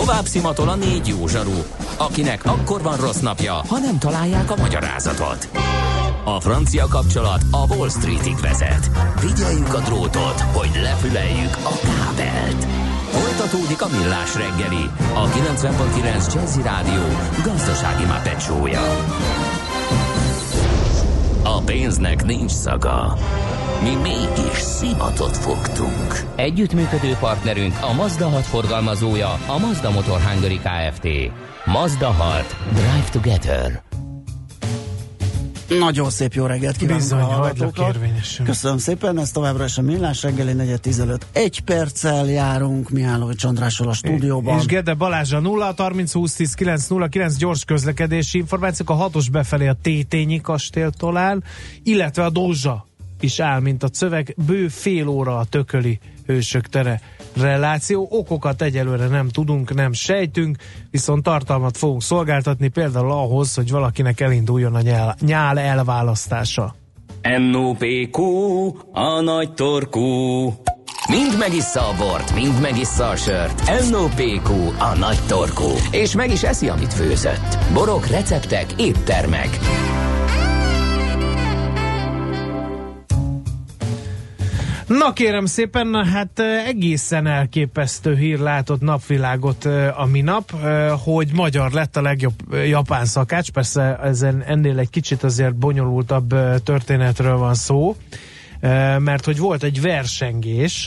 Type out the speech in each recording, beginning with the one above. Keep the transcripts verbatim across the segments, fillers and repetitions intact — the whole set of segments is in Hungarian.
Tovább szimatol a négy jó zsaru, akinek akkor van rossz napja, ha nem találják a magyarázatot. A francia kapcsolat a Wall Streetig vezet. Figyeljük a drótot, hogy lefüleljük a kábelt. Folytatódik a Millás reggeli, a kilencven pont kilenc Jazzy Rádió gazdasági Muppet show-ja. A pénznek nincs szaga. Mi mégis szimatot fogtunk. Együttműködő partnerünk a Mazda hat forgalmazója, a Mazda Motor Hungary Kft. Mazda hat. Drive together. Nagyon szép jó reggelt kívánok. Bizony, hagylak érvényesül. Köszönöm szépen, ezt továbbra is a Millás reggeli negyven tizenöt. Egy perccel járunk Mihálovics Andrással a stúdióban. És Gede Balázsa nulla harminc húsz tíz kilenc nulla kilenc gyors közlekedési információk, a hatos befelé a Tétényi kastélytól áll, illetve a Dózsa is áll, mint a szöveg, bő fél óra a Tököli Hősök tere reláció. Okokat egyelőre nem tudunk, nem sejtünk, viszont tartalmat fogunk szolgáltatni, például ahhoz, hogy valakinek elinduljon a nyál, nyál elválasztása. en o pé kú, a nagy torkú. Mind megissza a bort, mind megissza a sört. en o pé kú, a nagy torkú. És meg is eszi, amit főzött. Borok, receptek, éttermek. Na kérem szépen, hát egészen elképesztő hír látott napvilágot a minap, hogy magyar lett a legjobb japán szakács, persze ezen ennél egy kicsit azért bonyolultabb történetről van szó, mert hogy volt egy versengés,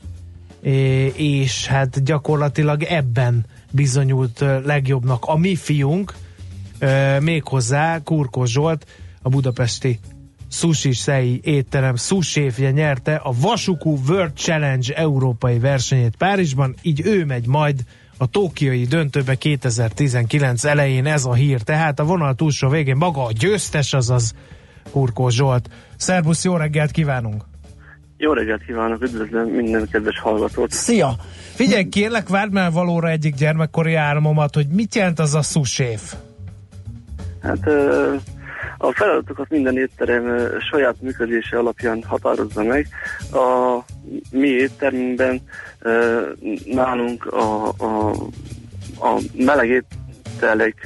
és hát gyakorlatilag ebben bizonyult legjobbnak a mi fiunk, méghozzá Kurkó Zsolt, a budapesti Sushi Sei étterem sous-chefje nyerte a Vasuku World Challenge európai versenyét Párizsban, így ő megy majd a tokiói döntőbe kétezer-tizenkilenc elején, ez a hír. Tehát a vonal túlsó végén maga a győztes, azaz Kurkó Zsolt. Szerbusz, jó reggelt kívánunk! Jó reggelt kívánok, üdvözlöm minden kedves hallgatót! Szia! Figyelj, kérlek, várd már valóra egyik gyermekkori álmomat, hogy mit jelent az a sous-chef? Hát... Uh... A feladatokat minden étterem saját működése alapján határozza meg. A mi éttermünkben nálunk a, a, a meleg ételek,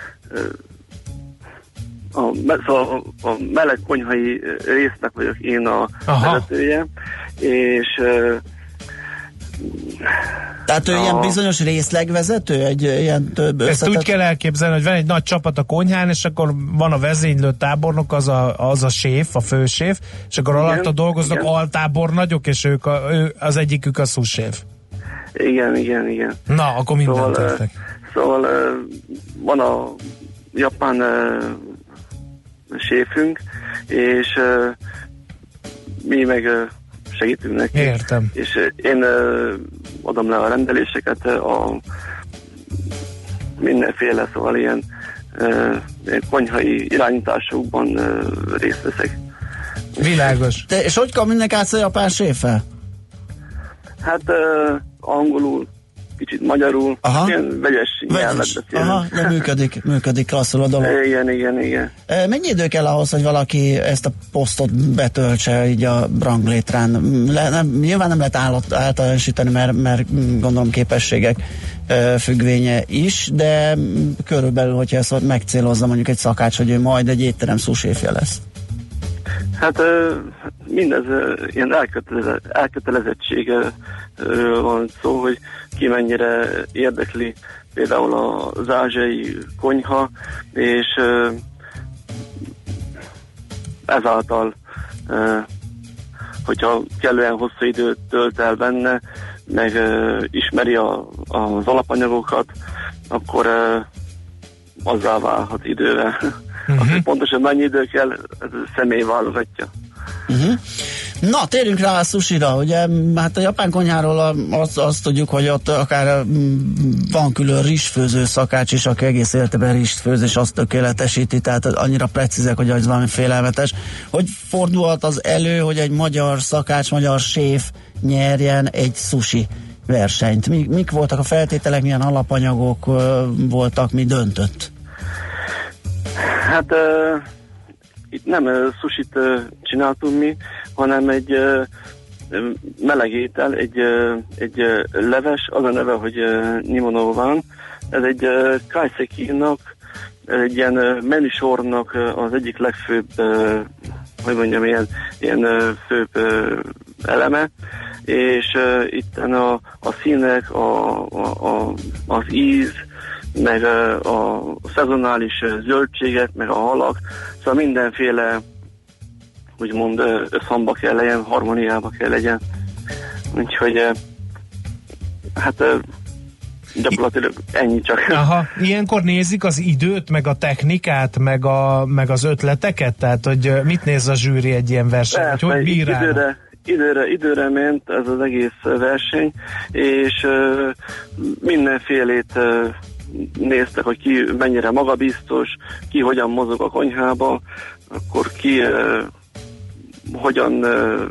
a, szóval a, a meleg konyhai résznek vagyok én a Aha. vezetője, és tehát ő a... ilyen bizonyos részlegvezető, egy ilyen több összetett... Ezt úgy kell elképzelni, hogy van egy nagy csapat a konyhán, és akkor van a vezénylő tábornok, az a, az a séf, a főséf, és akkor igen, alatta dolgoznak igen. altábornagyok, és ők a, ő, az egyikük a sous-chef. Igen, igen, igen. Na, akkor mindent szóval, értek. Szóval van a japán séfünk, és mi meg segítünk neki. Értem. És én uh, adom le a rendeléseket, a mindenféle, szóval ilyen uh, konyhai irányításokban uh, részt veszek. Világos. Te, és hogy kommunikálsz a japán séffel? Hát uh, angolul, kicsit magyarul, aha. ilyen vegyes nyelvet beszélünk. Aha, de működik, működik klasszul a dolog. Igen, igen, igen. Mennyi idő kell ahhoz, hogy valaki ezt a posztot betöltse így a ranglétrán? Le, nem, nyilván nem lehet állat, általánosítani, mert, mert gondolom képességek ö, függvénye is, de körülbelül, hogyha ezt megcélozza mondjuk egy szakács, hogy ő majd egy étterem sous-chefje lesz. Hát mindez ilyen elkötelezett, elkötelezettségről van szó, hogy ki mennyire érdekli például az ázsiai konyha, és ezáltal, hogyha kellően hosszú időt tölt el benne, meg ismeri a, az alapanyagokat, akkor azzá válhat idővel. Uh-huh. Azt, hogy pontosan mennyi idő kell, ez személy válogatja. Uh-huh. Na, térjünk rá a sushira, ugye, hát a japán konyháról azt, azt tudjuk, hogy ott akár van külön rizsfőző szakács is, aki egész életében rizst főz, és azt tökéletesíti, tehát annyira precízek, hogy az valami félelmetes. Hogy fordulhat az elő, hogy egy magyar szakács, magyar séf nyerjen egy sushi versenyt? Mik, mik voltak a feltételek, milyen alapanyagok voltak, mi döntött? Hát uh, itt nem uh, sushit uh, csináltunk mi, hanem egy uh, meleg étel, egy, egy leves, az a neve, hogy Nimonovan. Ez egy kaiseki-nak, egy ilyen menüsornak az egyik legfőbb, hogy mondjam, ilyen, ilyen főbb eleme, és itt a, a színek, a, a, az íz, meg a, a szezonális zöldségek, meg a halak, szóval mindenféle úgymond összhangba kell legyen, harmóniába kell legyen. Úgyhogy hát gyakorlatilag ennyi csak. Aha, ilyenkor nézik az időt, meg a technikát, meg, a, meg az ötleteket? Tehát, hogy mit néz a zsűri egy ilyen verseny? Persze, hogy bírál? Időre, időre, időre ment ez az egész verseny, és uh, mindenfélét uh, néztek, hogy ki mennyire magabiztos, ki hogyan mozog a konyhába, akkor ki uh, hogyan uh,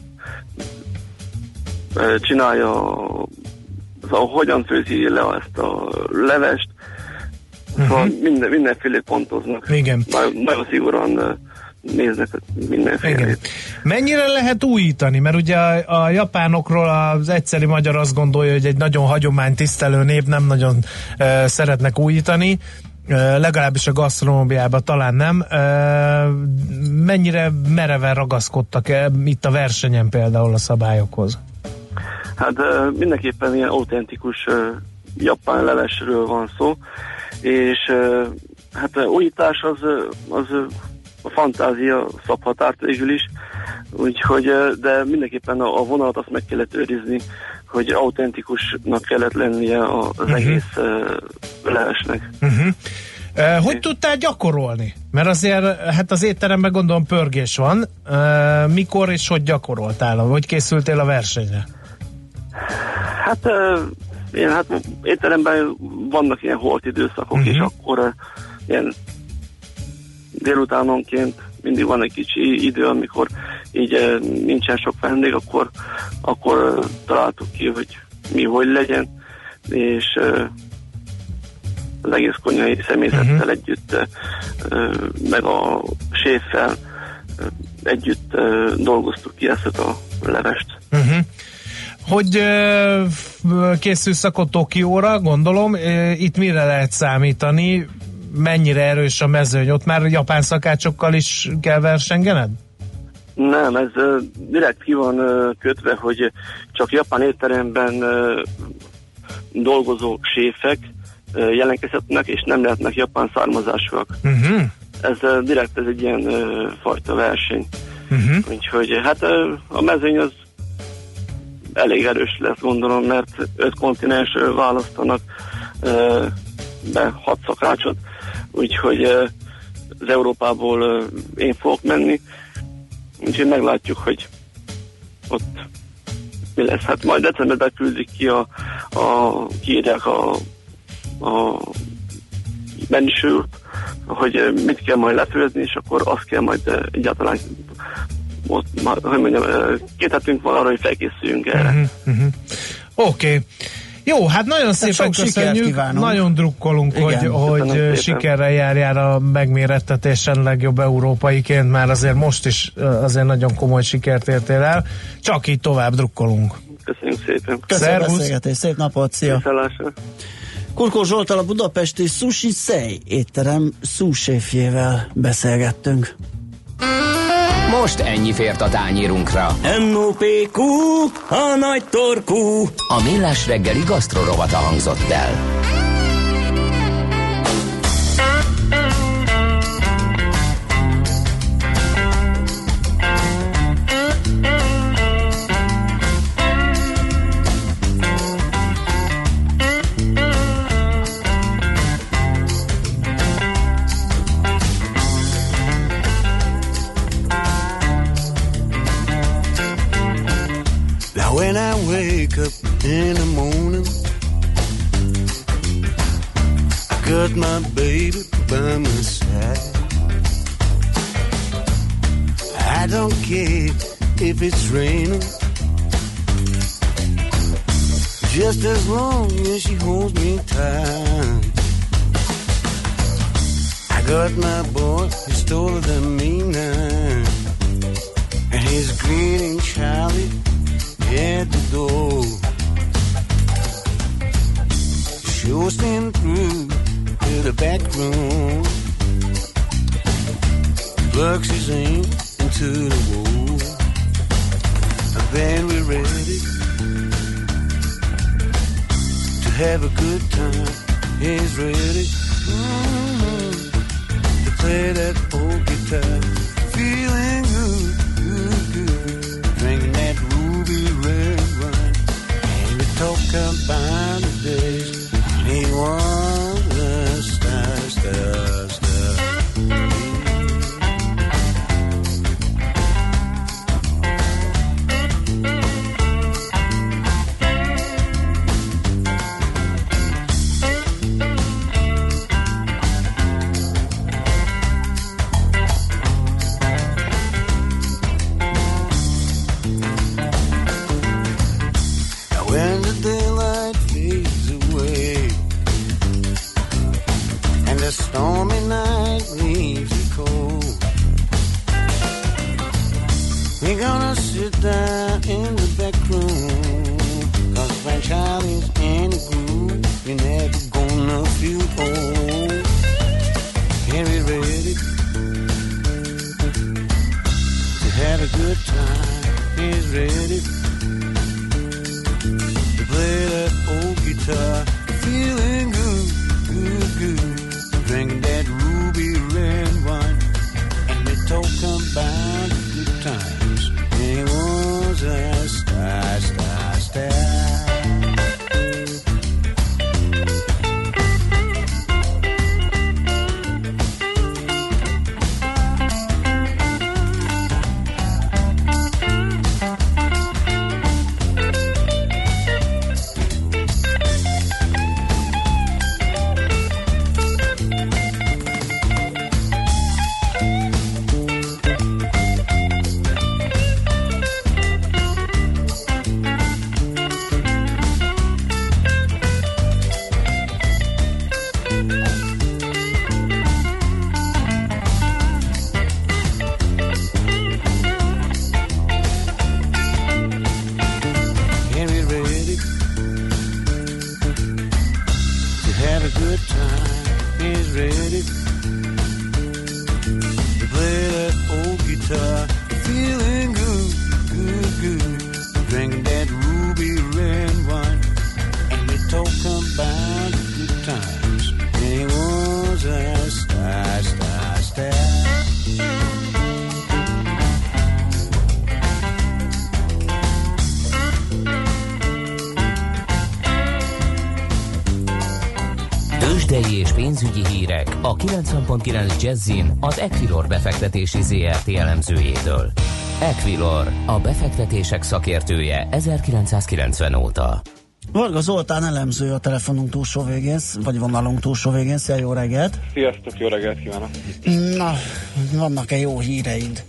uh, csinálja, szóval hogyan főzi le ezt a levest, szóval uh-huh. minden, mindenfélét pontoznak. Igen. Nagyon, nagyon szigorúan uh, néznek mindenfélét. Igen. Mennyire lehet újítani? Mert ugye a, a japánokról az egyszeri magyar azt gondolja, hogy egy nagyon hagyománytisztelő nép, nem nagyon uh, szeretnek újítani, uh, legalábbis a gasztronómiában talán nem. Uh, mennyire mereven ragaszkodtak -e itt a versenyen például a szabályokhoz? Hát uh, mindenképpen ilyen autentikus uh, japán levesről van szó, és uh, hát uh, újítás az, az uh, a fantázia szabhatárt végül is, úgyhogy, de mindenképpen a, a vonalat azt meg kellett őrizni, hogy autentikusnak kellett lennie az uh-huh. egész uh, levesnek. Uh-huh. Uh, hogy tudtál gyakorolni? Mert azért hát az étteremben gondolom pörgés van. Uh, mikor és hogy gyakoroltál? Hogy készültél a versenyre? Hát, uh, ilyen, hát étteremben vannak ilyen holt időszakok, uh-huh. és akkor uh, ilyen délutánonként mindig van egy kicsi idő, amikor így nincsen sok vendég, akkor, akkor találtuk ki, hogy mi hogy legyen, és az egész konyhai személyzettel uh-huh. együtt, meg a séffel együtt dolgoztuk ki ezt a levest. Uh-huh. Hogy készülsz akkor Tokióra, gondolom, itt mire lehet számítani? Mennyire erős a mezőny? Ott már japán szakácsokkal is kell versengened? Nem, ez uh, direkt ki van uh, kötve, hogy csak japán étteremben uh, dolgozó séfek uh, jelentkezhetnek, és nem lehetnek japán származásúak. Uh-huh. Ez uh, direkt ez egy ilyen uh, fajta verseny. Uh-huh. Úgyhogy hát uh, a mezőny az elég erős lesz, gondolom, mert öt kontinens uh, választanak uh, be hat szakácsot, úgyhogy uh, az Európából uh, én fogok menni, úgyhogy meglátjuk, hogy ott mi lesz. Hát majd decemberben küldik ki a, a kiírják a, a menüsort, hogy uh, mit kell majd lefőzni, és akkor azt kell majd uh, egyáltalán ott, hogy mondjam, uh, két hetünk van arra, hogy felkészüljünk erre. Uh-huh, uh-huh. Oké. Okay. Jó, hát nagyon szépen sok köszönjük, nagyon drukkolunk, igen, hogy, hogy sikerrel járjál a megmérettetésen legjobb európaiként, már azért most is azért nagyon komoly sikert értél el, csak így tovább drukkolunk. Köszönjük szépen. Köszönöm a beszélgetést, szép napot, szia! Viszontlátásra. Kurkó Zsolttal, a budapesti Sushi Sei étterem szúséfjével beszélgettünk. Most ennyi fért a tányérunkra. em o pé kú, a nagy torkú. A Millás reggeli gasztrorovata hangzott el. When I wake up in the morning, I got my baby by my side. I don't care if it's raining, just as long as she holds me tight. I got my boy who's taller than me now, and he's greeting Charlie at the door. Sure send through to the back room. Plugs his in into the wall. And then we're ready to have a good time. He's ready mm-hmm. to play that old guitar. Feeling good, good, good. Drinking that ruby red wine. And we talk about the days he was a star, star, star. Stormy night leaves you cold. We're gonna sit down in the back room. Cause when Charlie's in the groove, you're never gonna feel old. And we're ready to have a good time. He's ready to play that old guitar. Feeling good, good, good. Drink that ruby red wine. And we talk about the good times. He was a star, star, star. És pénzügyi hírek a kilencven pont kilenc Jazzin az Equilor befektetési zé er té elemzőjétől. Equilor, a befektetések szakértője ezerkilencszázkilencven óta. Varga Zoltán elemző a telefonunk túlsó végén, vagy vonalunk túlsó végén. Szia, jó reggelt! Sziasztok, jó reggelt kívánok! Na, vannak-e jó híreid?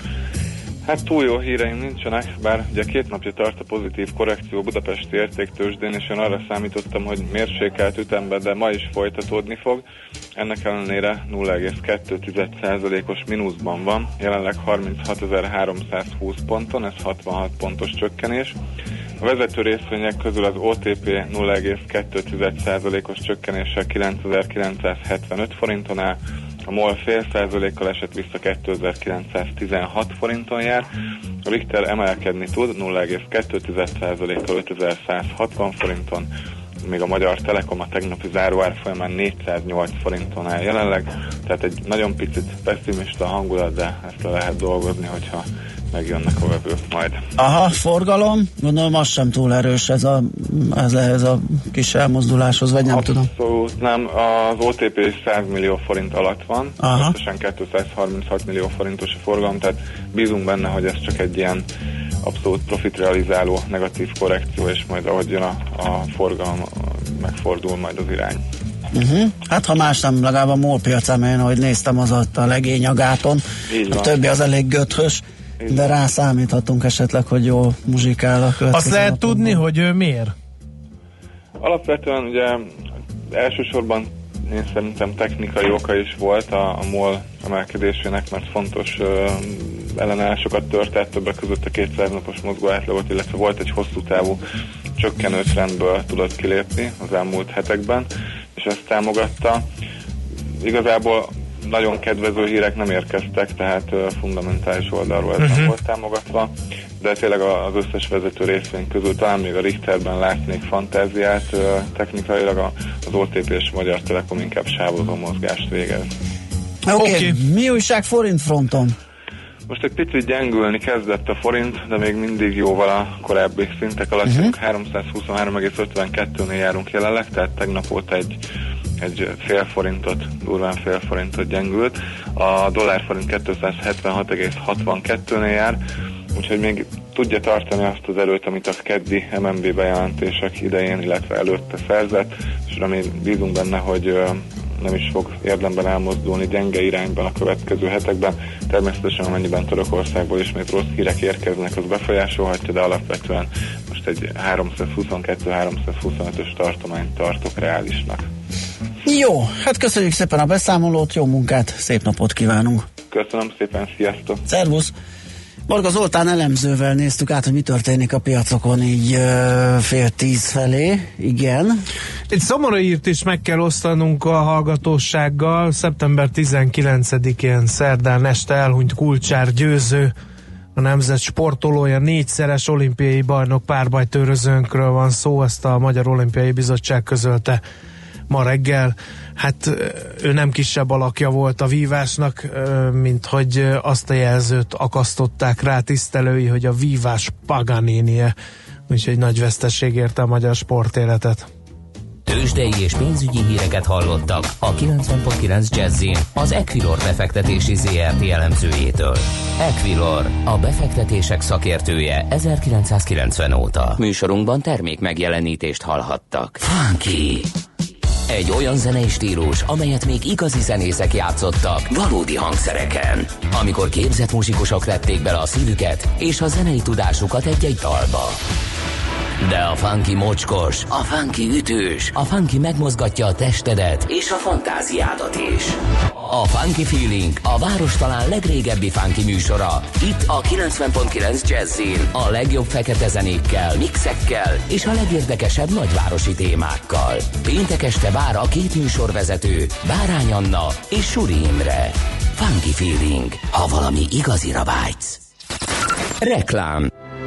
Hát túl jó híreim nincsenek, bár ugye két napja tart a pozitív korrekció budapesti értéktőzsdén, és én arra számítottam, hogy mérsékelt ütemben, de ma is folytatódni fog. Ennek ellenére nulla egész kettő százalékos mínuszban van, jelenleg harminchatezer-háromszázhúsz ponton, ez hatvanhat pontos csökkenés. A vezető részvények közül az o té pé nulla egész kettő százalékos csökkenéssel kilencezer-kilencszázhetvenöt forinton áll, a MOL fél százalékkal esett vissza kétezer-kilencszáztizenhat forinton jár, a Richter emelkedni tud nulla egész kettő százalékkal ötezerszázhatvan forinton, még a Magyar Telekom a tegnapi záróár folyamán négyszáznyolc forinton áll jelenleg, tehát egy nagyon picit pessimista hangulat, de ezt le lehet dolgozni, hogyha megjönnek a vevők majd. Aha, forgalom, gondolom az sem túl erős ez a, ez, ez a kis elmozduláshoz, vagy nem Abszolút tudom. Abszolút nem, az o té pé száz millió forint alatt van, összesen kétszázharminchat millió forintos a forgalom, tehát bízunk benne, hogy ez csak egy ilyen abszolút profitrealizáló negatív korrekció, és majd ahogy jön a, a forgalom, megfordul majd az irány. Uh-huh. Hát ha más nem, legalább a MOL piacán, mert ahogy néztem, az ott a legény a gáton, a többi az elég göthös, de rá számíthatunk esetleg, hogy jól muzsikál a következő. Azt lehet napokban. tudni, hogy ő miért? Alapvetően ugye elsősorban én szerintem technikai oka is volt a, a MOL emelkedésének, mert fontos uh, ellenállásokat tört át, többek között a kétszáz napos mozgó átlagot, illetve volt egy hosszú távú csökkenő trendből tudott kilépni az elmúlt hetekben, és ezt támogatta. Igazából nagyon kedvező hírek nem érkeztek, tehát uh, fundamentális oldalról ez uh-huh. nem volt támogatva, de tényleg az összes vezető részvény közül talán még a Richterben látnék fantáziát, uh, technikailag az o té pé és Magyar Telekom inkább sávozó mozgást végez. Oké, okay. okay. Mi újság forint fronton? Most egy picit gyengülni kezdett a forint, de még mindig jóval a korábbi szintek alatt, uh-huh. háromszázhuszonhárom egész ötvenkettőnél járunk jelenleg, tehát tegnap óta egy egy fél forintot, durván fél forintot gyengült. A dollárforint kétszázhetvenhat egész hatvankettőnél jár, úgyhogy még tudja tartani azt az erőt, amit a keddi em en bé bejelentések idején, illetve előtte szerzett, és remény bízunk benne, hogy nem is fog érdemben elmozdulni gyenge irányban a következő hetekben. Természetesen amennyiben Törökországból ismét rossz hírek érkeznek, az befolyásolhatja, de alapvetően most egy háromszázhuszonkettő háromszázhuszonötös tartományt tartok reálisnak. Jó, hát köszönjük szépen a beszámolót, jó munkát, szép napot kívánunk! Köszönöm szépen, sziasztok! Szervusz! Varga Zoltán elemzővel néztük át, hogy mi történik a piacokon így uh, fél tíz felé. Igen. Egy szomorú írt is meg kell osztanunk a hallgatósággal. szeptember tizenkilencedikén szerdán este elhunyt Kulcsár Győző, a nemzet sportolója, négyszeres olimpiai bajnok, párbajtőrözőnkről van szó, ezt a Magyar Olimpiai Bizottság közölte ma reggel. Hát ő nem kisebb alakja volt a vívásnak, mint hogy azt a jelzőt akasztották rá tisztelői, hogy a vívás Paganinie, úgyhogy nagy veszteség érte a magyar sportéletet. Tőzsdei és pénzügyi híreket hallottak a kilencven pont kilenc Jazzin az Equilor befektetési zé er té elemzőjétől. Equilor, a befektetések szakértője ezerkilencszázkilencven óta. Műsorunkban termék megjelenítést hallhattak. Funky! Egy olyan zenei stílus, amelyet még igazi zenészek játszottak valódi hangszereken. Amikor képzett muzsikusok tették bele a szívüket és a zenei tudásukat egy-egy dalba. De a funky mocskos, a funky ütős, a funky megmozgatja a testedet és a fantáziádat is. A Funky Feeling, a város talán legrégebbi funky műsora. Itt a kilencven pont kilenc Jazzin a legjobb fekete zenékkel, mixekkel és a legérdekesebb nagyvárosi témákkal. Péntek este vár a két műsorvezető, Bárány Anna és Suri Imre. Funky Feeling, ha valami igazira vágysz. Reklám.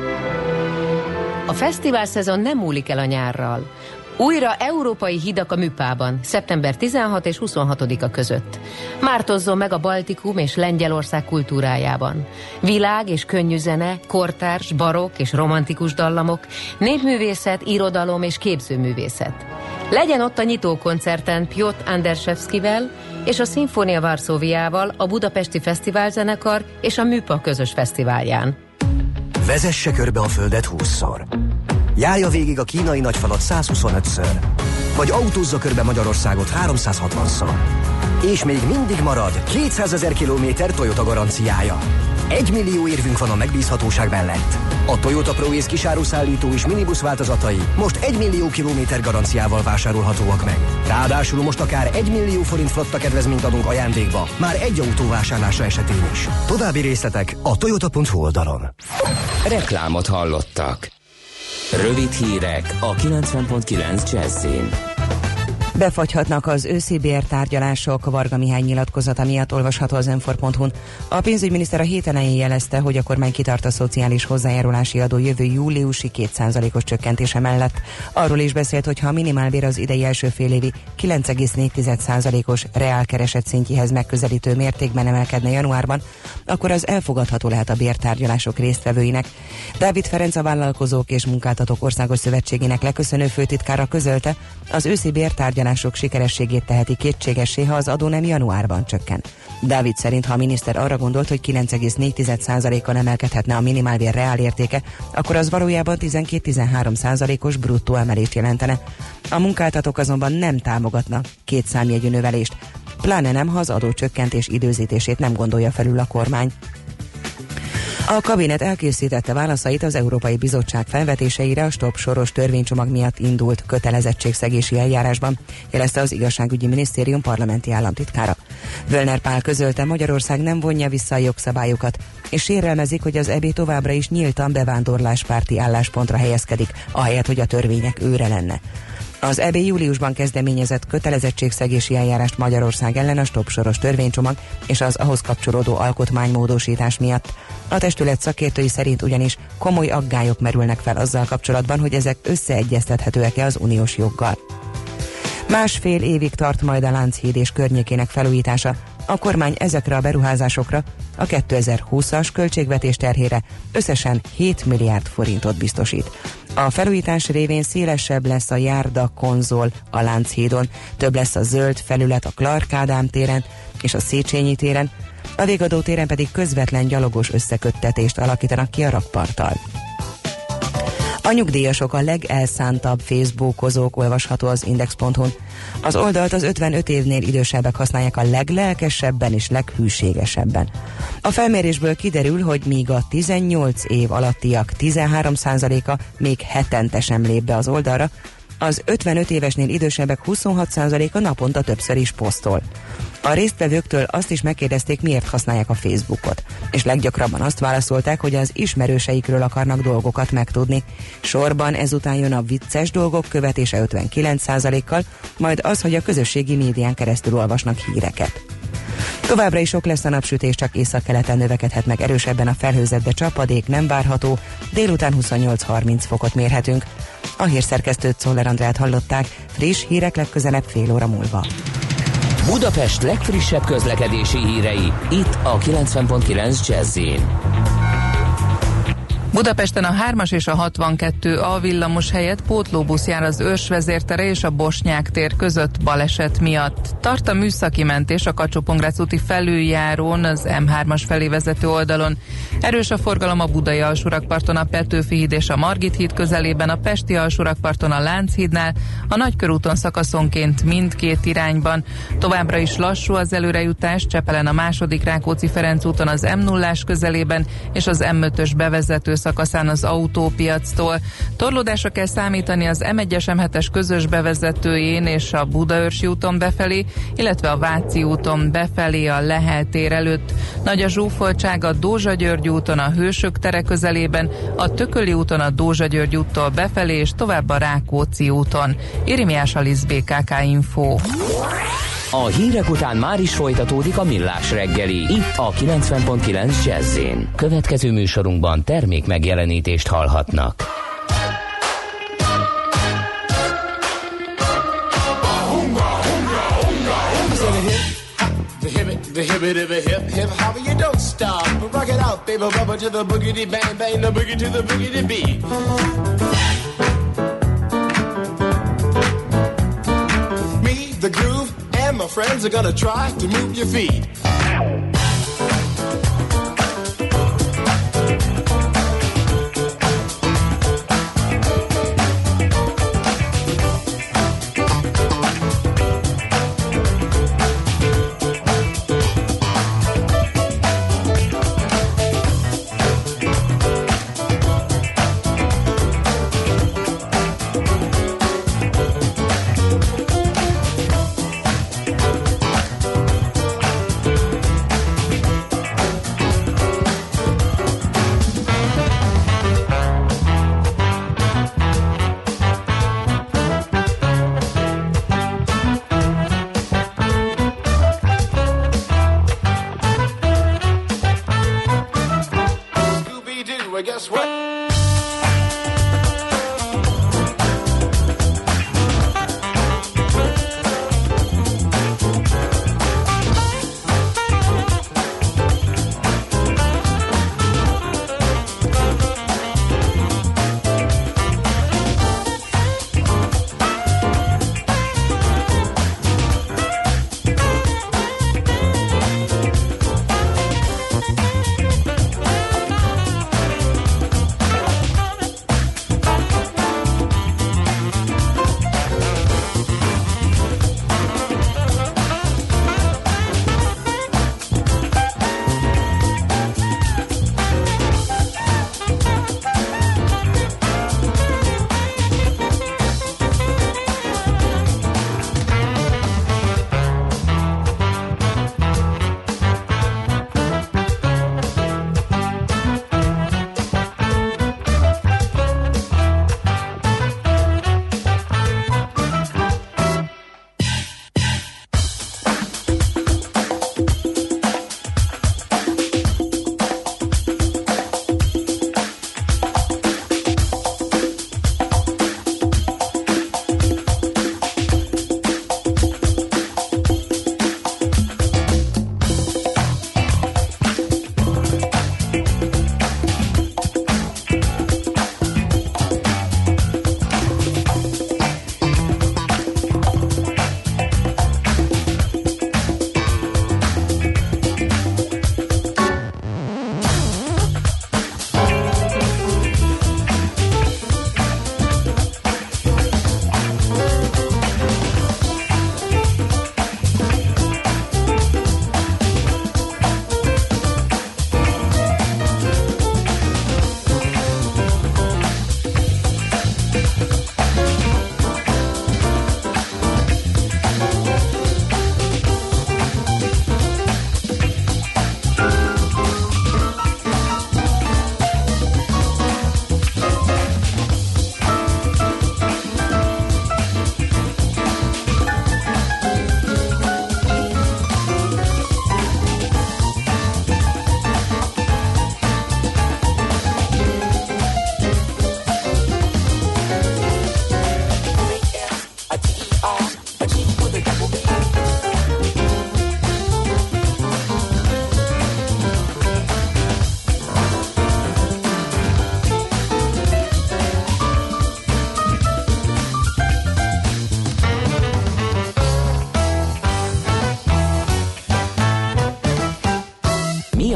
A fesztivál szezon nem múlik el a nyárral. Újra európai hidak a Műpában, szeptember tizenhatodika és huszonhatodika között. Mártozzon meg a Baltikum és Lengyelország kultúrájában. Világ és könnyű zene, kortárs, barokk és romantikus dallamok, népművészet, irodalom és képzőművészet. Legyen ott a nyitókoncerten Piotr Anderszewskivel és a Szimfónia Varsóviával, a Budapesti Fesztiválzenekar és a Műpa közös fesztiválján. Vezesse körbe a földet húszszor. Járja végig a kínai nagyfalat százhuszonötször. Vagy autózza körbe Magyarországot háromszázhatvanszor. És még mindig marad kétszázezer kilométer Toyota garanciája. Egy millió érvünk van a megbízhatóság mellett. A Toyota ProAce kisáruszállító és minibusz változatai most egy millió kilométer garanciával vásárolhatóak meg. Ráadásul most akár egy millió forint flotta kedvezményt adunk ajándékba, már egy autó vásárlása esetén is. További részletek a toyota pont hu oldalon. Reklámot hallottak. Rövid hírek a kilencven pont kilenc Jazzin. Befagyhatnak az őszi bértárgyalások, Varga Mihály nyilatkozata miatt olvasható az em négy pont hu-n. A pénzügyminiszter a hét elején jelezte, hogy a kormány kitart a szociális hozzájárulási adó jövő júliusi két százalékos csökkentése mellett. Arról is beszélt, hogy ha a minimálbér az idei első félévi kilenc egész négy százalékos reálkereset szintjéhez megközelítő mértékben emelkedne januárban, akkor az elfogadható lehet a bértárgyalások résztvevőinek. Dávid Ferenc, a Vállalkozók és Munkáltatók Országos Szövetségének leköszönő főtitkára közölte, az őszi bértárgyalások sikerességét teheti kétségessé, ha az adó nem januárban csökken. Dávid szerint, ha a miniszter arra gondolt, hogy kilenc egész négy százalékkal emelkedhetne a minimálbér reálértéke, akkor az valójában tizenkét-tizenhárom százalékos bruttó emelést jelentene. A munkáltatók azonban nem támogatnak két számjegyű növelést, pláne nem, ha az adócsökkentés időzítését nem gondolja felül a kormány. A kabinet elkészítette válaszait az Európai Bizottság felvetéseire a stop soros törvénycsomag miatt indult kötelezettségszegési eljárásban, jelezte az Igazságügyi Minisztérium parlamenti államtitkára. Völner Pál közölte, Magyarország nem vonja vissza a jogszabályokat, és sérelmezik, hogy az é bé továbbra is nyíltan bevándorláspárti álláspontra helyezkedik, ahelyett, hogy a törvények őre lenne. Az é bé júliusban kezdeményezett kötelezettségszegési eljárást Magyarország ellen a stop soros törvénycsomag és az ahhoz kapcsolódó alkotmánymódosítás miatt. A testület szakértői szerint ugyanis komoly aggályok merülnek fel azzal kapcsolatban, hogy ezek összeegyeztethetőek-e az uniós joggal. Másfél évig tart majd a Lánchíd és környékének felújítása. A kormány ezekre a beruházásokra a kétezer-húszas költségvetés terhére összesen hét milliárd forintot biztosít. A felújítás révén szélesebb lesz a járda konzol a Lánchídon, több lesz a zöld felület a Clark Ádám téren és a Széchenyi téren, a Végadó téren pedig közvetlen gyalogos összeköttetést alakítanak ki a rakparttal. A nyugdíjasok a legelszántabb facebookozók, olvasható az index pont hu-n. Az oldalt az ötvenöt évnél idősebbek használják a leglelkesebben és leghűségesebben. A felmérésből kiderül, hogy míg a tizennyolc év alattiak tizenhárom százaléka még hetente sem lép be az oldalra, az ötvenöt évesnél idősebbek huszonhat százaléka naponta többször is posztol. A résztvevőktől azt is megkérdezték, miért használják a Facebookot, és leggyakrabban azt válaszolták, hogy az ismerőseikről akarnak dolgokat megtudni. Sorban ezután jön a vicces dolgok követése ötvenkilenc százalékkal, majd az, hogy a közösségi médián keresztül olvasnak híreket. Továbbra is sok lesz a napsütés, csak északkeleten növekedhet meg erősebben a felhőzet, de csapadék nem várható, délután huszonnyolc-harminc fokot mérhetünk. A hírszerkesztőt, Czoller Andrát hallották, friss hírek legközelebb fél óra múlva. Budapest legfrissebb közlekedési hírei, itt a kilencven pont kilenc Jazz-in. Budapesten a hármas és a hatvankettő A villamos helyett pótlóbusz jár az Őrs vezértere és a Bosnyák tér között baleset miatt. Tart a műszaki mentés a Kacsó-Pongrác úti felüljárón, az M hármas felé vezető oldalon. Erős a forgalom a Budai alsórakparton, a Petőfi híd és a Margit híd közelében, a Pesti alsórakparton, a Lánchídnál, a Nagykörúton szakaszonként mindkét irányban. Továbbra is lassú az előrejutás Csepelen a második Rákóczi-Ferenc úton az M nullás közelében és az M ötös bevezető szakaszán az autópiactól. Torlódásra kell számítani az M egyes M hetes közös bevezetőjén és a Budaörsi úton befelé, illetve a Váci úton befelé a Lehel tér előtt. Nagy a zsúfoltság a Dózsa-György úton a Hősök tere közelében, a Tököli úton a Dózsa-György úttól befelé és tovább a Rákóczi úton. Irimiás Alisz, bé ká ká Info. A hírek után már is folytatódik a Millás reggeli, itt a kilencven pont kilenc Jazz-in. Következő műsorunkban termék megjelenítést hallhatnak. The hippie dippy hip hip hopper, you don't stop. Rock it out, baby, rubber to the boogity bang bang, the boogie to the boogity beat. Me, the groove, and my friends are gonna try to move your feet.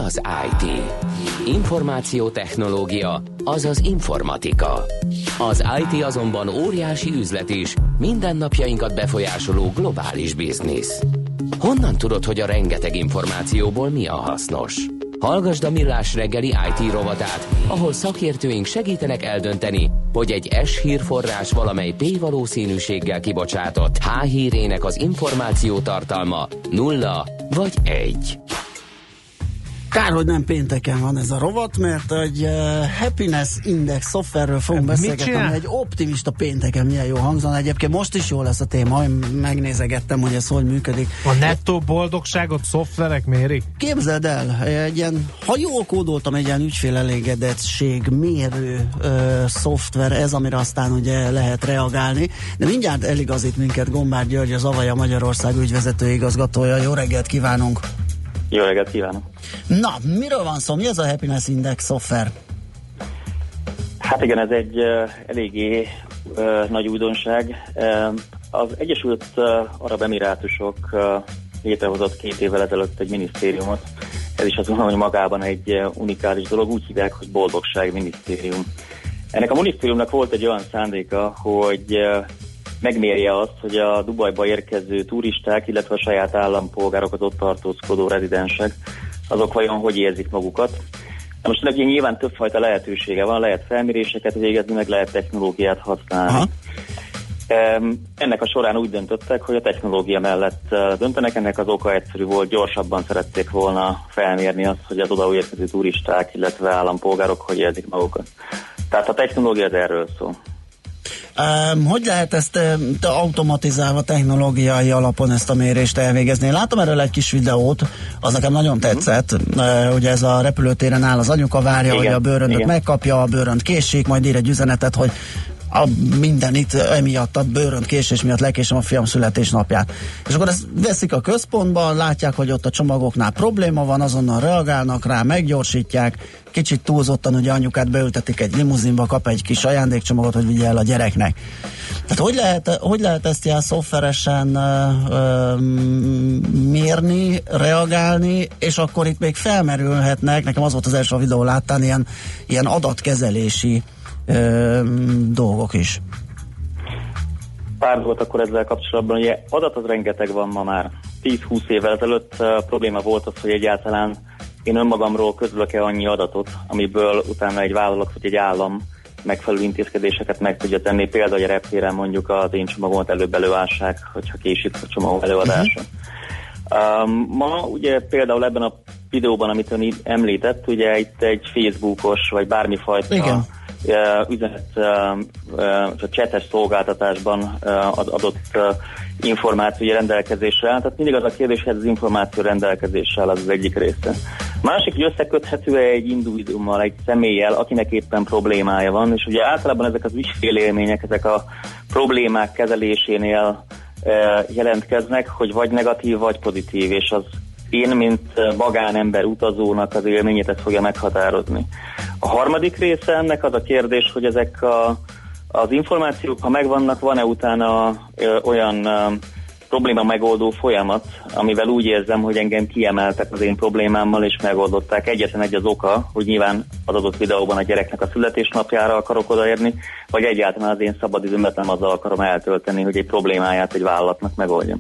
az i té? Információtechnológia, azaz informatika. Az i té azonban óriási üzlet is, mindennapjainkat befolyásoló globális biznisz. Honnan tudod, hogy a rengeteg információból mi a hasznos? Hallgasd a Millás reggeli i té rovatát, ahol szakértőink segítenek eldönteni, hogy egy S hírforrás valamely P valószínűséggel kibocsátott H hírének az információ tartalma nulla vagy egy. Kár, hogy nem pénteken van ez a rovat, mert egy uh, Happiness Index szoftverről fogunk beszélgetni, ami egy optimista pénteken milyen jó hangzana. Egyébként most is jó lesz a téma, én megnézegettem, hogy ez hogy működik. A nettó boldogságot szoftverek mérik? Képzeld el, egy ilyen, ha jól kódoltam, egy ilyen ügyfélelégedettség mérő uh, szoftver, ez, amire aztán ugye lehet reagálni, de mindjárt eligazít minket Gombár György, az Avaja Magyarország ügyvezető igazgatója. Jó reggelt kívánunk! Jó reggelt kívánok! Na, miről van szó? Mi ez a Happiness Index szoftver? Hát igen, ez egy uh, eléggé uh, nagy újdonság. Uh, az Egyesült uh, Arab Emirátusok uh, létrehozott két évvel ezelőtt egy minisztériumot. Ez is azt mondom, hogy magában egy uh, unikális dolog, úgy hívják, hogy Boldogság Minisztérium. Ennek a minisztériumnak volt egy olyan szándéka, hogy uh, megmérje azt, hogy a Dubajba érkező turisták, illetve a saját állampolgárok, az ott tartózkodó rezidensek, azok vajon hogy érzik magukat. Na most neki nyilván többfajta lehetősége van, lehet felméréseket végezni, meg lehet technológiát használni. Aha. Ennek a során úgy döntöttek, hogy a technológia mellett döntenek, ennek az oka egyszerű volt, gyorsabban szerették volna felmérni azt, hogy az oda érkező turisták, illetve állampolgárok hogy érzik magukat. Tehát a technológia az erről szól. Um, hogy lehet ezt um, automatizálva technológiai alapon ezt a mérést elvégezni? Én látom erről egy kis videót, az nekem nagyon tetszett, uh, ugye ez a repülőtéren áll az anyuka, várja, igen, hogy a bőröndöt igen. megkapja, a bőrönd késik, majd ír egy üzenetet, hogy a minden itt emiatt, a bőrönd késés miatt lekésem a fiam születésnapját. És akkor ezt veszik a központban, látják, hogy ott a csomagoknál probléma van, azonnal reagálnak rá, meggyorsítják, kicsit túlzottan, ugye anyukát beültetik egy limuzinba, kap egy kis ajándékcsomagot, hogy vigye el a gyereknek. Tehát hogy lehet, hogy lehet ezt ilyen szoftveresen ö, ö, mérni, reagálni, és akkor itt még felmerülhetnek, nekem az volt az első a videó láttán, ilyen, ilyen adatkezelési Ö, dolgok is. Pár volt akkor ezzel kapcsolatban, ugye adat az rengeteg van ma már. tíz-húsz évvel ezelőtt uh, probléma volt az, hogy egyáltalán én önmagamról közlök-e annyi adatot, amiből utána egy vállalat vagy egy állam megfelelő intézkedéseket meg tudja tenni. Például a reptéren mondjuk az én csomagomat előbb előássák, hogyha késik a csomagom előadása. Uh-huh. Um, ma ugye például ebben a videóban, amit ön említett, ugye itt egy Facebookos vagy bármifajta igen. Uh, üzenet, uh, uh, a csetes szolgáltatásban uh, az adott uh, információ rendelkezésre áll. Tehát mindig az a kérdés, hogy ez az információ rendelkezésre áll, az az egyik része. Másik, hogy összeköthető egy individuummal, egy személlyel, akinek éppen problémája van, és ugye általában ezek az ügyfélélmények, ezek a problémák kezelésénél uh, jelentkeznek, hogy vagy negatív, vagy pozitív, és az én, mint magánember utazónak az élményét ezt fogja meghatározni. A harmadik része ennek az a kérdés, hogy ezek a, az információk, ha megvannak, van-e utána ö, olyan ö, probléma megoldó folyamat, amivel úgy érzem, hogy engem kiemeltek az én problémámmal, és megoldották. Egyetlen egy az oka, hogy nyilván az adott videóban a gyereknek a születésnapjára akarok odaérni, vagy egyáltalán az én szabadidőmet nem azzal akarom eltölteni, hogy egy problémáját egy vállalatnak megoldjam.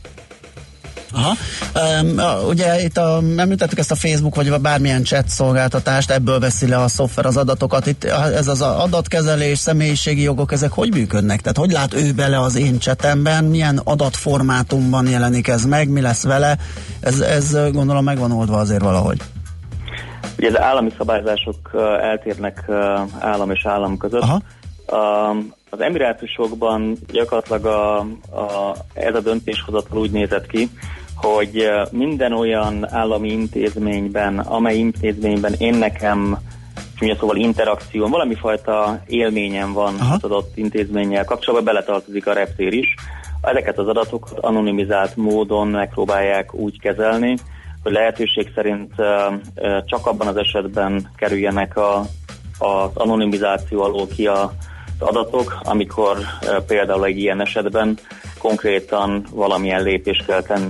Aha. Um, ugye itt a, említettük ezt a Facebook vagy bármilyen chat szolgáltatást, ebből veszi le a szoftver az adatokat. Itt ez az adatkezelés, személyiségi jogok, ezek hogy működnek? Tehát hogy lát ő bele az én chatemben? Milyen adatformátumban jelenik ez meg? Mi lesz vele? Ez, ez gondolom meg van oldva azért valahogy. Ugye az állami szabályzások eltérnek állam és állam között. Aha. Um, az Emirátusokban gyakorlatilag a, a, ez a döntéshozatal úgy nézett ki, hogy minden olyan állami intézményben, amely intézményben én nekem, szóval interakció, valami fajta élményem van Aha. az adott intézménnyel kapcsolatban, beletartozik a reptér is. Ezeket az adatokat anonimizált módon megpróbálják úgy kezelni, hogy lehetőség szerint csak abban az esetben kerüljenek a, az anonimizáció alól ki a az adatok, amikor e, például egy ilyen esetben konkrétan valamilyen lépést kell tenni.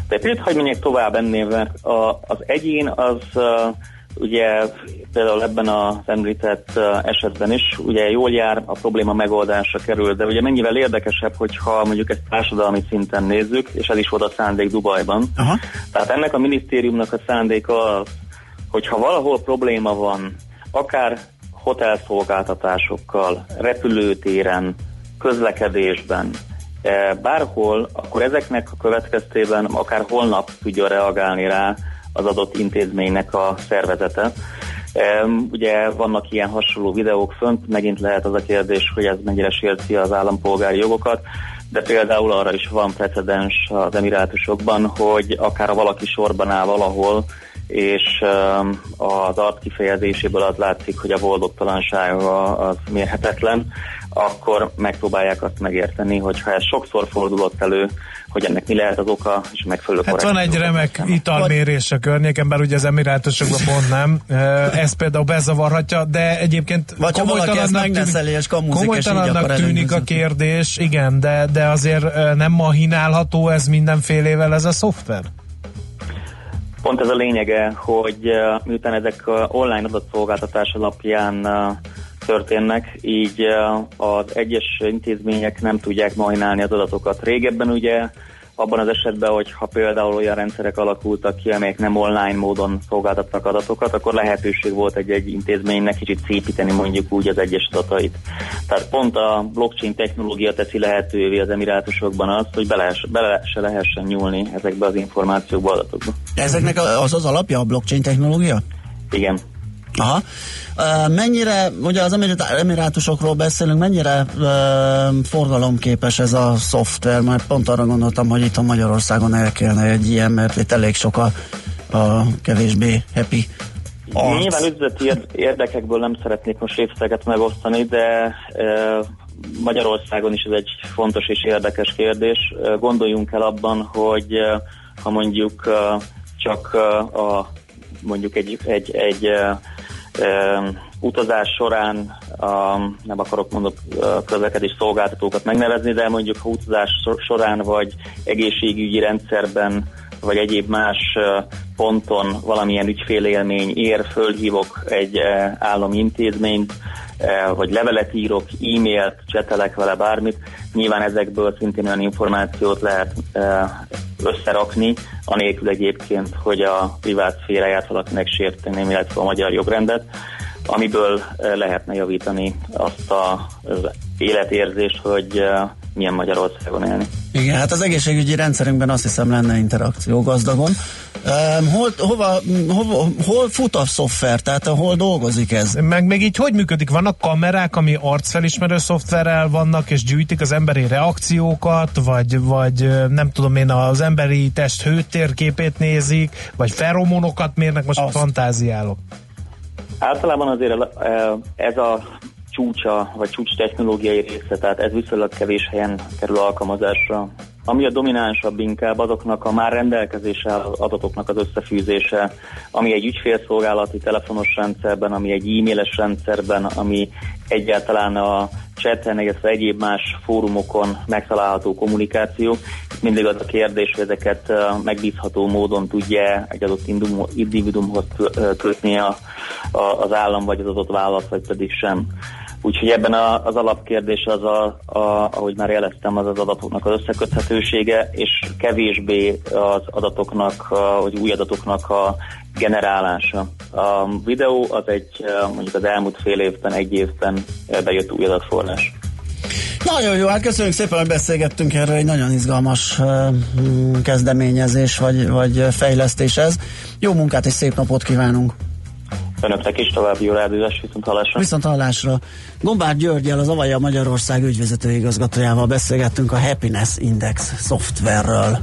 De például, hogy menjek tovább ennél, mert a, az egyén az uh, ugye például ebben az említett uh, esetben is ugye jól jár, a probléma megoldásra kerül, de ugye mennyivel érdekesebb, hogyha mondjuk ezt társadalmi szinten nézzük, és ez is volt a szándék Dubajban. Aha. Tehát ennek a minisztériumnak a szándéka az, hogyha valahol probléma van, akár hotelszolgáltatásokkal, repülőtéren, közlekedésben, bárhol, akkor ezeknek a következtében akár holnap tudja reagálni rá az adott intézménynek a szervezete. Ugye vannak ilyen hasonló videók fönt, megint lehet az a kérdés, hogy ez mennyire sérti az állampolgári jogokat, de például arra is van precedens az Emirátusokban, hogy akár ha valaki sorban áll valahol, és az arc kifejezéséből az látszik, hogy a boldogtalansága az mérhetetlen, akkor megpróbálják azt megérteni, hogyha ez sokszor fordulott elő, hogy ennek mi lehet az oka, és megfelelő hát van egy remek italmérés a környéken, bár ugye az Emirátusokban pont nem. Ez például bezavarhatja, de egyébként vagy ha valaki ezt megneszeli, és kamuzik, és így akar tűnik a kérdés, igen, de, de azért nem mahinálható ez mindenfélével ez a szoftver? Pont ez a lényege, hogy uh, miután ezek uh, online adatszolgáltatás alapján uh, történnek, így uh, az egyes intézmények nem tudják mahinálni az adatokat. Régebben ugye abban az esetben, hogy ha például olyan rendszerek alakultak ki, amelyek nem online módon szolgáltatnak adatokat, akkor lehetőség volt egy-egy intézménynek kicsit szépíteni mondjuk úgy az egyes adatait. Tehát pont a blockchain technológia teszi lehetővé az Emirátusokban azt, hogy bele, bele se lehessen nyúlni ezekbe az információkba, adatokba. Ezeknek az az alapja a blockchain technológia? Igen. Aha. Uh, mennyire, ugye az Emirátusokról beszélünk, mennyire uh, forgalomképes ez a szoftver, mert pont arra gondoltam, hogy itt a Magyarországon el kellene egy ilyen, mert itt elég sok a, a kevésbé happy arc. Nyilván üzleti érdekekből nem szeretnék most részleteket megosztani, de uh, Magyarországon is ez egy fontos és érdekes kérdés. Uh, gondoljunk el abban, hogy uh, ha mondjuk uh, csak uh, a mondjuk egy, egy, egy uh, uh, utazás során, uh, nem akarok mondok uh, közlekedés szolgáltatókat megnevezni, de mondjuk ha utazás során vagy egészségügyi rendszerben, vagy egyéb más uh, ponton valamilyen ügyfélélmény ér, fölhívok egy uh, állami intézményt, uh, vagy levelet írok, e-mailt, csetelek vele bármit, nyilván ezekből szintén olyan információt lehet uh, összerakni, anélkül egyébként, hogy a privát szféráját valakinek sérteném, illetve a magyar jogrendet, amiből lehetne javítani azt az életérzést, hogy milyen Magyarországon élni. Igen, hát az egészségügyi rendszerünkben azt hiszem lenne interakció gazdagon. Um, hol, hova, hova, hol fut a szoftver, tehát hol dolgozik ez? Meg még így hogy működik? Vannak kamerák, ami arcfelismerő szoftverrel vannak, és gyűjtik az emberi reakciókat, vagy, vagy nem tudom én, az emberi test hőtérképét nézik, vagy feromonokat mérnek, most azt fantáziálok. Általában azért ez a csúcsa, vagy csúcs technológiai része, tehát ez viszonylag kevés helyen kerül alkalmazásra. Ami a dominánsabb inkább azoknak a már rendelkezésre álló adatoknak az összefűzése, ami egy ügyfélszolgálati telefonos rendszerben, ami egy e-mailes rendszerben, ami egyáltalán a chaten, illetve egyéb más fórumokon megtalálható kommunikáció. Mindig az a kérdés, hogy ezeket megbízható módon tudja egy adott individuumhoz kötni a, a, az állam, vagy az adott vállalat, vagy pedig sem. Úgyhogy ebben a, az alapkérdés az, a, a, ahogy már jeleztem, az az adatoknak az összeköthetősége, és kevésbé az adatoknak, a, vagy új adatoknak a generálása. A videó az egy, mondjuk az elmúlt fél évben, egy évben bejött új adatforrás. Nagyon jó, hát köszönjük szépen, hogy beszélgettünk erről, egy nagyon izgalmas uh, kezdeményezés, vagy, vagy fejlesztés ez. Jó munkát és szép napot kívánunk! Önöknek is további jó rádiózás, viszont hallásra. Viszont hallásra. Gombár Györgyel, az Avaja Magyarország ügyvezető igazgatójával beszélgettünk a Happiness Index szoftverről.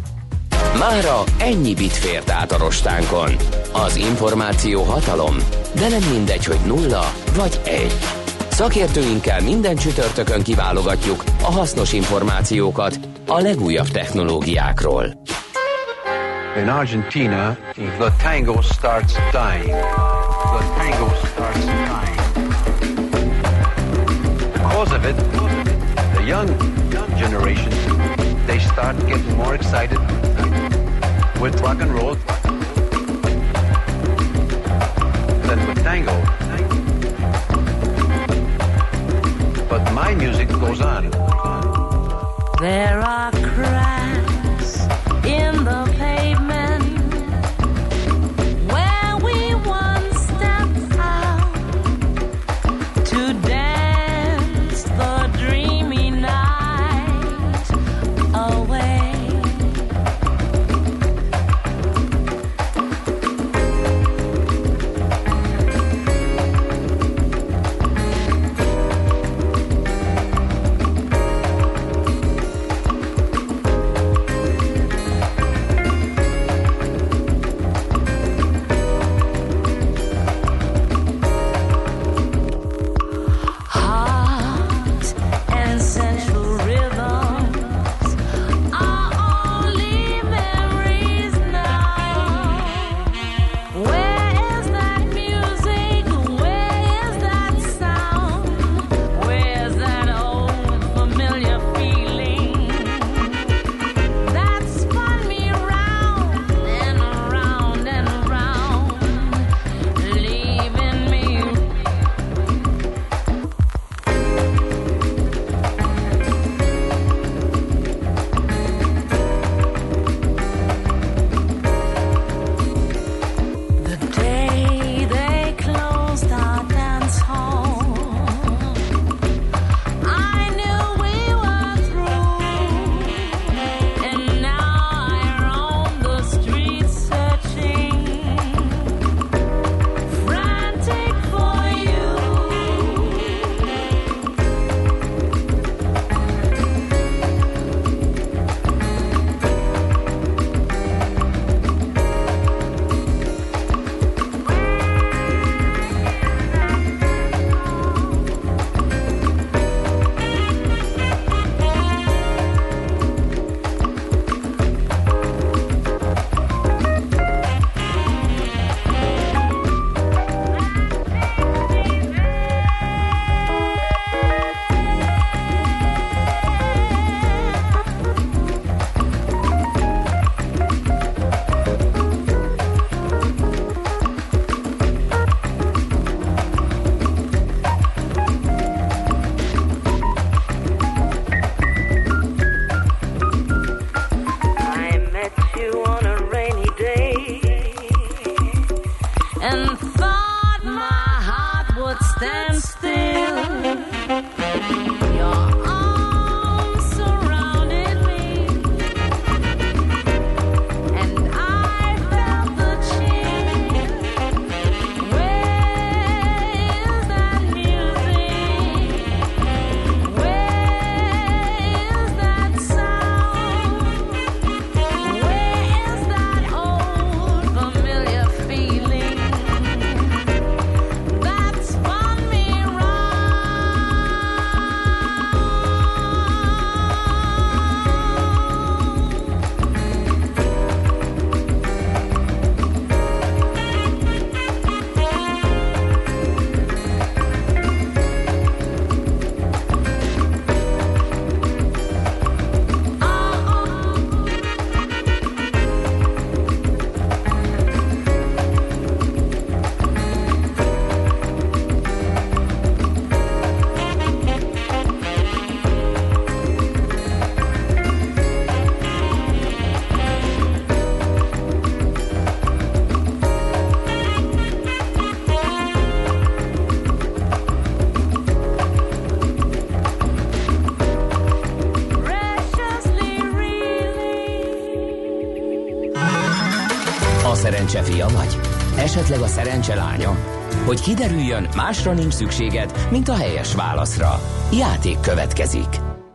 Mára ennyi bit fért át a rostánkon. Az információ hatalom, de nem mindegy, hogy nulla vagy egy. Szakértőinkkel minden csütörtökön kiválogatjuk a hasznos információkat a legújabb technológiákról. In Argentina, the tango starts dying. The tango starts dying. Because of it, the young, young generations, they start getting more excited. with rock and roll than with tango. But my music goes on. There are cracks in the pavement where we once stepped out to dance the dreamy night away. szerencse fia vagy? Esetleg a szerencse lánya? Hogy kiderüljön, másra nincs szükséged, mint a helyes válaszra. Játék következik.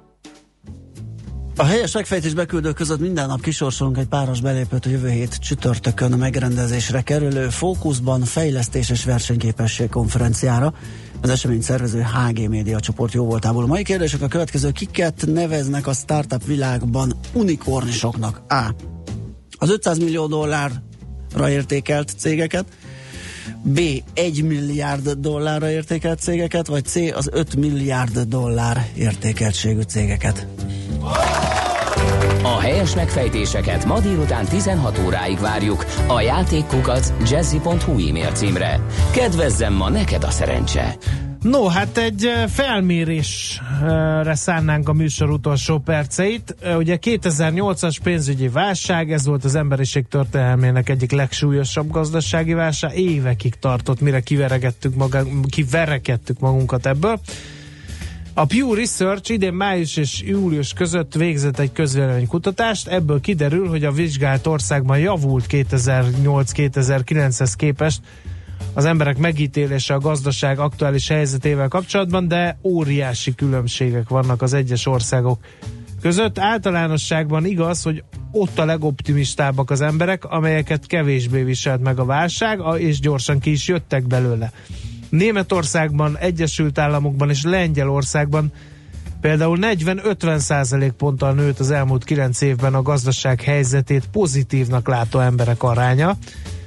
A helyes megfejtés beküldők között minden nap kisorsolunk egy páros belépőt a jövő hét csütörtökön a megrendezésre kerülő Fókuszban fejlesztés és versenyképesség konferenciára. Az esemény szervező há gé Média csoport jóvoltából. A mai kérdések a következő: kiket neveznek a startup világban unikornisoknak? A. Az ötszáz millió dollárra értékelt cégeket, B. egy milliárd dollárra értékelt cégeket, vagy C. az öt milliárd dollár értékeltségű cégeket. A helyes megfejtéseket ma délután tizenhat óráig várjuk a játékkukac jazzy pont hu e-mail címre. Kedvezzem ma neked a szerencse! No, hát egy felmérésre szánnánk a műsor utolsó perceit. Ugye kétezer-nyolcas pénzügyi válság, ez volt az emberiség történelmének egyik legsúlyosabb gazdasági válság. Évekig tartott, mire kiveregettük, maga, kiverekedtük magunkat ebből. A Pew Research idén május és július között végzett egy közvéleménykutatást, ebből kiderül, hogy a vizsgált országban javult kétezer-nyolc-kétezer-kilenchez képest az emberek megítélése a gazdaság aktuális helyzetével kapcsolatban, de óriási különbségek vannak az egyes országok között. Általánosságban igaz, hogy ott a legoptimistábbak az emberek, amelyeket kevésbé viselt meg a válság, és gyorsan ki is jöttek belőle. Németországban, Egyesült Államokban és Lengyelországban például negyven-ötven százalék ponttal nőtt az elmúlt kilenc évben a gazdaság helyzetét pozitívnak látó emberek aránya.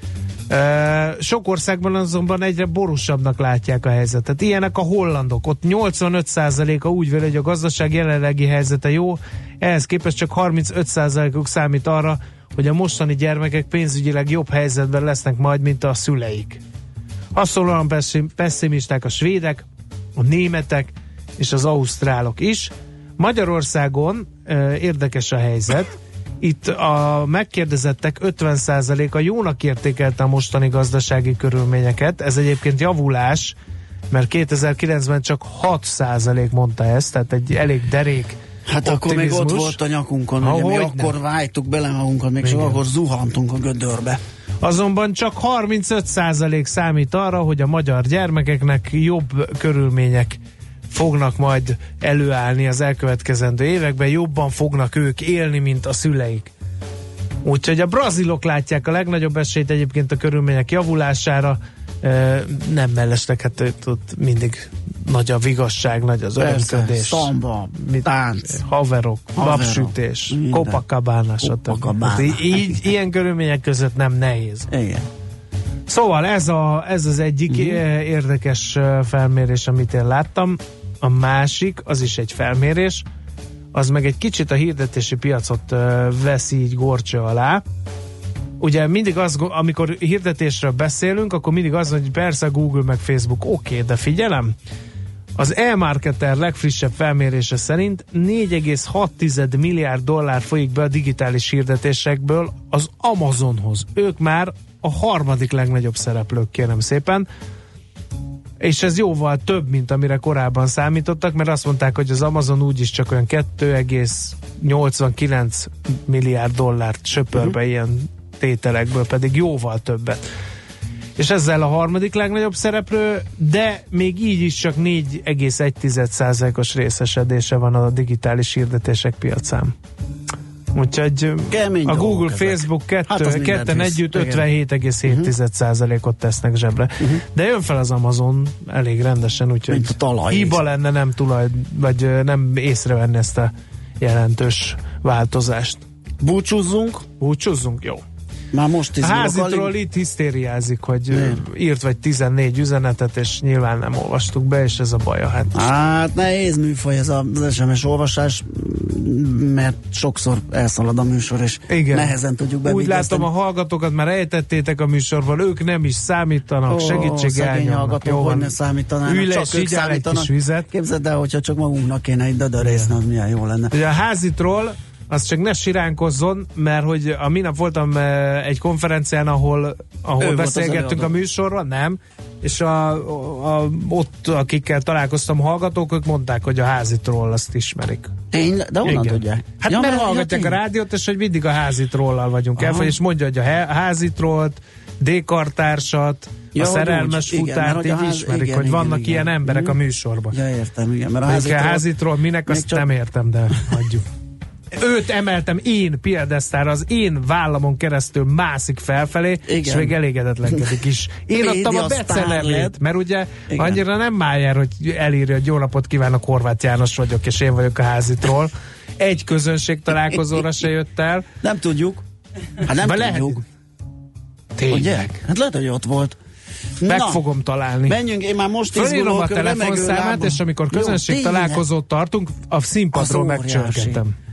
Sok országban azonban egyre borúsabbnak látják a helyzetet. Ilyenek a hollandok. Ott nyolcvanöt százaléka úgy véli, hogy a gazdaság jelenlegi helyzete jó, ehhez képest csak harmincöt százalékuk számít arra, hogy a mostani gyermekek pénzügyileg jobb helyzetben lesznek majd, mint a szüleik. Hasonlóan pessimisták a svédek, a németek és az ausztrálok is. Magyarországon euh, érdekes a helyzet. Itt a megkérdezettek ötven százaléka jónak értékelte a mostani gazdasági körülményeket. Ez egyébként javulás, mert kétezer-kilencben csak hat százalék mondta ezt, tehát egy elég derék Hát optimizmus. akkor még ott volt a nyakunkon, ugye mi akkor vájtuk bele magunkat, még csak akkor zuhantunk a gödörbe. Azonban csak harmincöt százalék számít arra, hogy a magyar gyermekeknek jobb körülmények fognak majd előállni az elkövetkezendő években, jobban fognak ők élni, mint a szüleik. Úgyhogy a brazilok látják a legnagyobb esélyt egyébként a körülmények javulására, e, nem mellesleg, hát ott, ott mindig nagy a vigasság, nagy az örömködés. Szamba, tánc, haverok, napsütés, Copacabana, stb. Így, ilyen körülmények között nem nehéz. Igen. Szóval ez, a, ez az egyik uh-huh. érdekes felmérés, amit én láttam. A másik, az is egy felmérés, az meg egy kicsit a hirdetési piacot veszi így górcső alá. Ugye mindig az, amikor hirdetésről beszélünk, akkor mindig az, hogy persze Google meg Facebook, oké, okay, de figyelem, az e-marketer legfrissebb felmérése szerint négy egész hat milliárd dollár folyik be a digitális hirdetésekből az Amazonhoz. Ők már a harmadik legnagyobb szereplők, kérem szépen, és ez jóval több, mint amire korábban számítottak, mert azt mondták, hogy az Amazon úgyis csak olyan kettő egész nyolcvankilenc milliárd dollárt söpör be uh-huh. ilyen tételekből, pedig jóval többet. És ezzel a harmadik legnagyobb szereplő, de még így is csak négy egész egy százalékos részesedése van a digitális hirdetések piacán. Úgyhogy kemény a Google, ezek. Facebook kettő, hát ketten együtt ötvenhét egész hét százalékot tesznek zsebre. Uh-huh. De jön fel az Amazon elég rendesen, úgyhogy hiba lenne nem tulaj, vagy nem észrevenni ezt a jelentős változást. Búcsúzzunk? Búcsúzzunk, jó. Már most a házitról alig... itt hisztériázik, hogy nem. írt vagy tizennégy üzenetet, és nyilván nem olvastuk be, és ez a baja. Hát, hát nehéz műfaj ez az es em es olvasás, mert sokszor elszalad a műsor, és igen. nehezen tudjuk bevigyezteni. Úgy látom, a hallgatókat már ejtettétek a műsorban, ők nem is számítanak, oh, segítség elnyomnak. Jó, hogy ne számítanának, Üles, csak ők számítanak. Képzeld el, hogyha csak magunknak kéne egy dödörészni, az milyen jó lenne. Ugye a házitról az csak ne siránkozzon, mert hogy a minap voltam egy konferencián, ahol, ahol beszélgettünk a műsorról, nem, és a, a, a, ott, akikkel találkoztam hallgatók, ők mondták, hogy a házitról azt ismerik. Tényleg? De honnan tudják? Hát ja, mert hallgatják ja, a rádiót, és hogy mindig a házitrollal vagyunk el, és mondja, hogy a házitrollt, D-kartársat, ja, a szerelmes úgy, futárt, igen, így ház, ismerik, igen, hogy igen, vannak igen, ilyen igen. emberek a műsorban. Ja, értem, igen. Mert a házitroll, házitroll minek, azt csak... nem értem, de hagyjuk. Őt emeltem én piedesztára, az én vállamon keresztül mászik felfelé, igen. és még elégedetlenkedik is. Én adtam a becenevét, mert ugye igen. annyira nem májár, hogy elírja, hogy jó napot kívánok, Horváth János vagyok, és én vagyok a házitról. Egy közönség találkozóra se jött el. Nem tudjuk. Hát nem Be tudjuk. Tényleg. Ugye? Hát lehet, hogy ott volt. Meg Na, fogom találni. Menjünk, én már most izgulok. Fölírom a telefonszámát, és amikor közönség jó, találkozót tartunk, a színpadról megcsörgentem.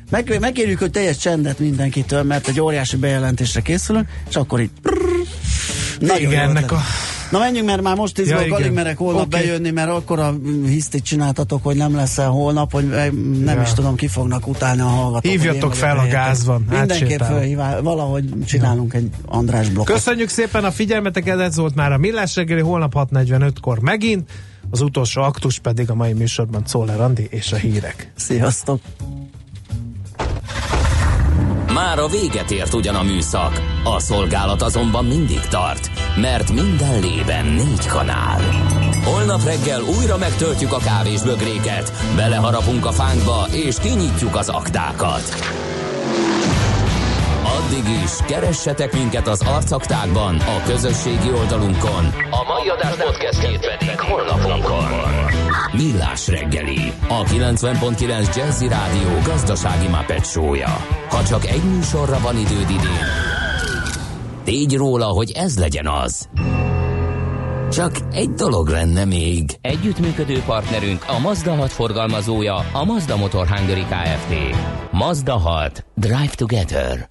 Meg, megkérjük, hogy teljes csendet mindenkitől, mert egy óriási bejelentésre készülünk, és akkor itt... Vége ennek a... Na menjünk, mert már tíz ja, alig merek holnap okay. bejönni, mert akkor a hisztit csináltatok, hogy nem leszel holnap, hogy nem ja. is tudom, ki fognak utálni a hallgatók. Hívjatok fel, a gáz van. Mindenképp felhívál, valahogy csinálunk ja. egy András blokkot. Köszönjük szépen a figyelmeteket, ez volt már a Millás reggeli, holnap hat negyvenötkor megint, az utolsó aktus pedig a mai műsorban Czoller Andi és a hírek. Sziasztok! Már a véget ért ugyan a műszak, a szolgálat azonban mindig tart, mert minden lében négy kanál. Holnap reggel újra megtöltjük a kávésbögréket, beleharapunk a fánkba és kinyitjuk az aktákat. Addig is keressetek minket az arcaktákban, a közösségi oldalunkon. A mai adás podcastjét pedig honlapunkon. Millás reggeli, a kilencven pont kilenc Jazzy Rádió gazdasági Muppet show-ja. Ha csak egy műsorra van időd idén, tégy róla, hogy ez legyen az. Csak egy dolog lenne még. Együttműködő partnerünk a Mazda hat forgalmazója, a Mazda Motor Hungary Kft. Mazda hat. Drive Together.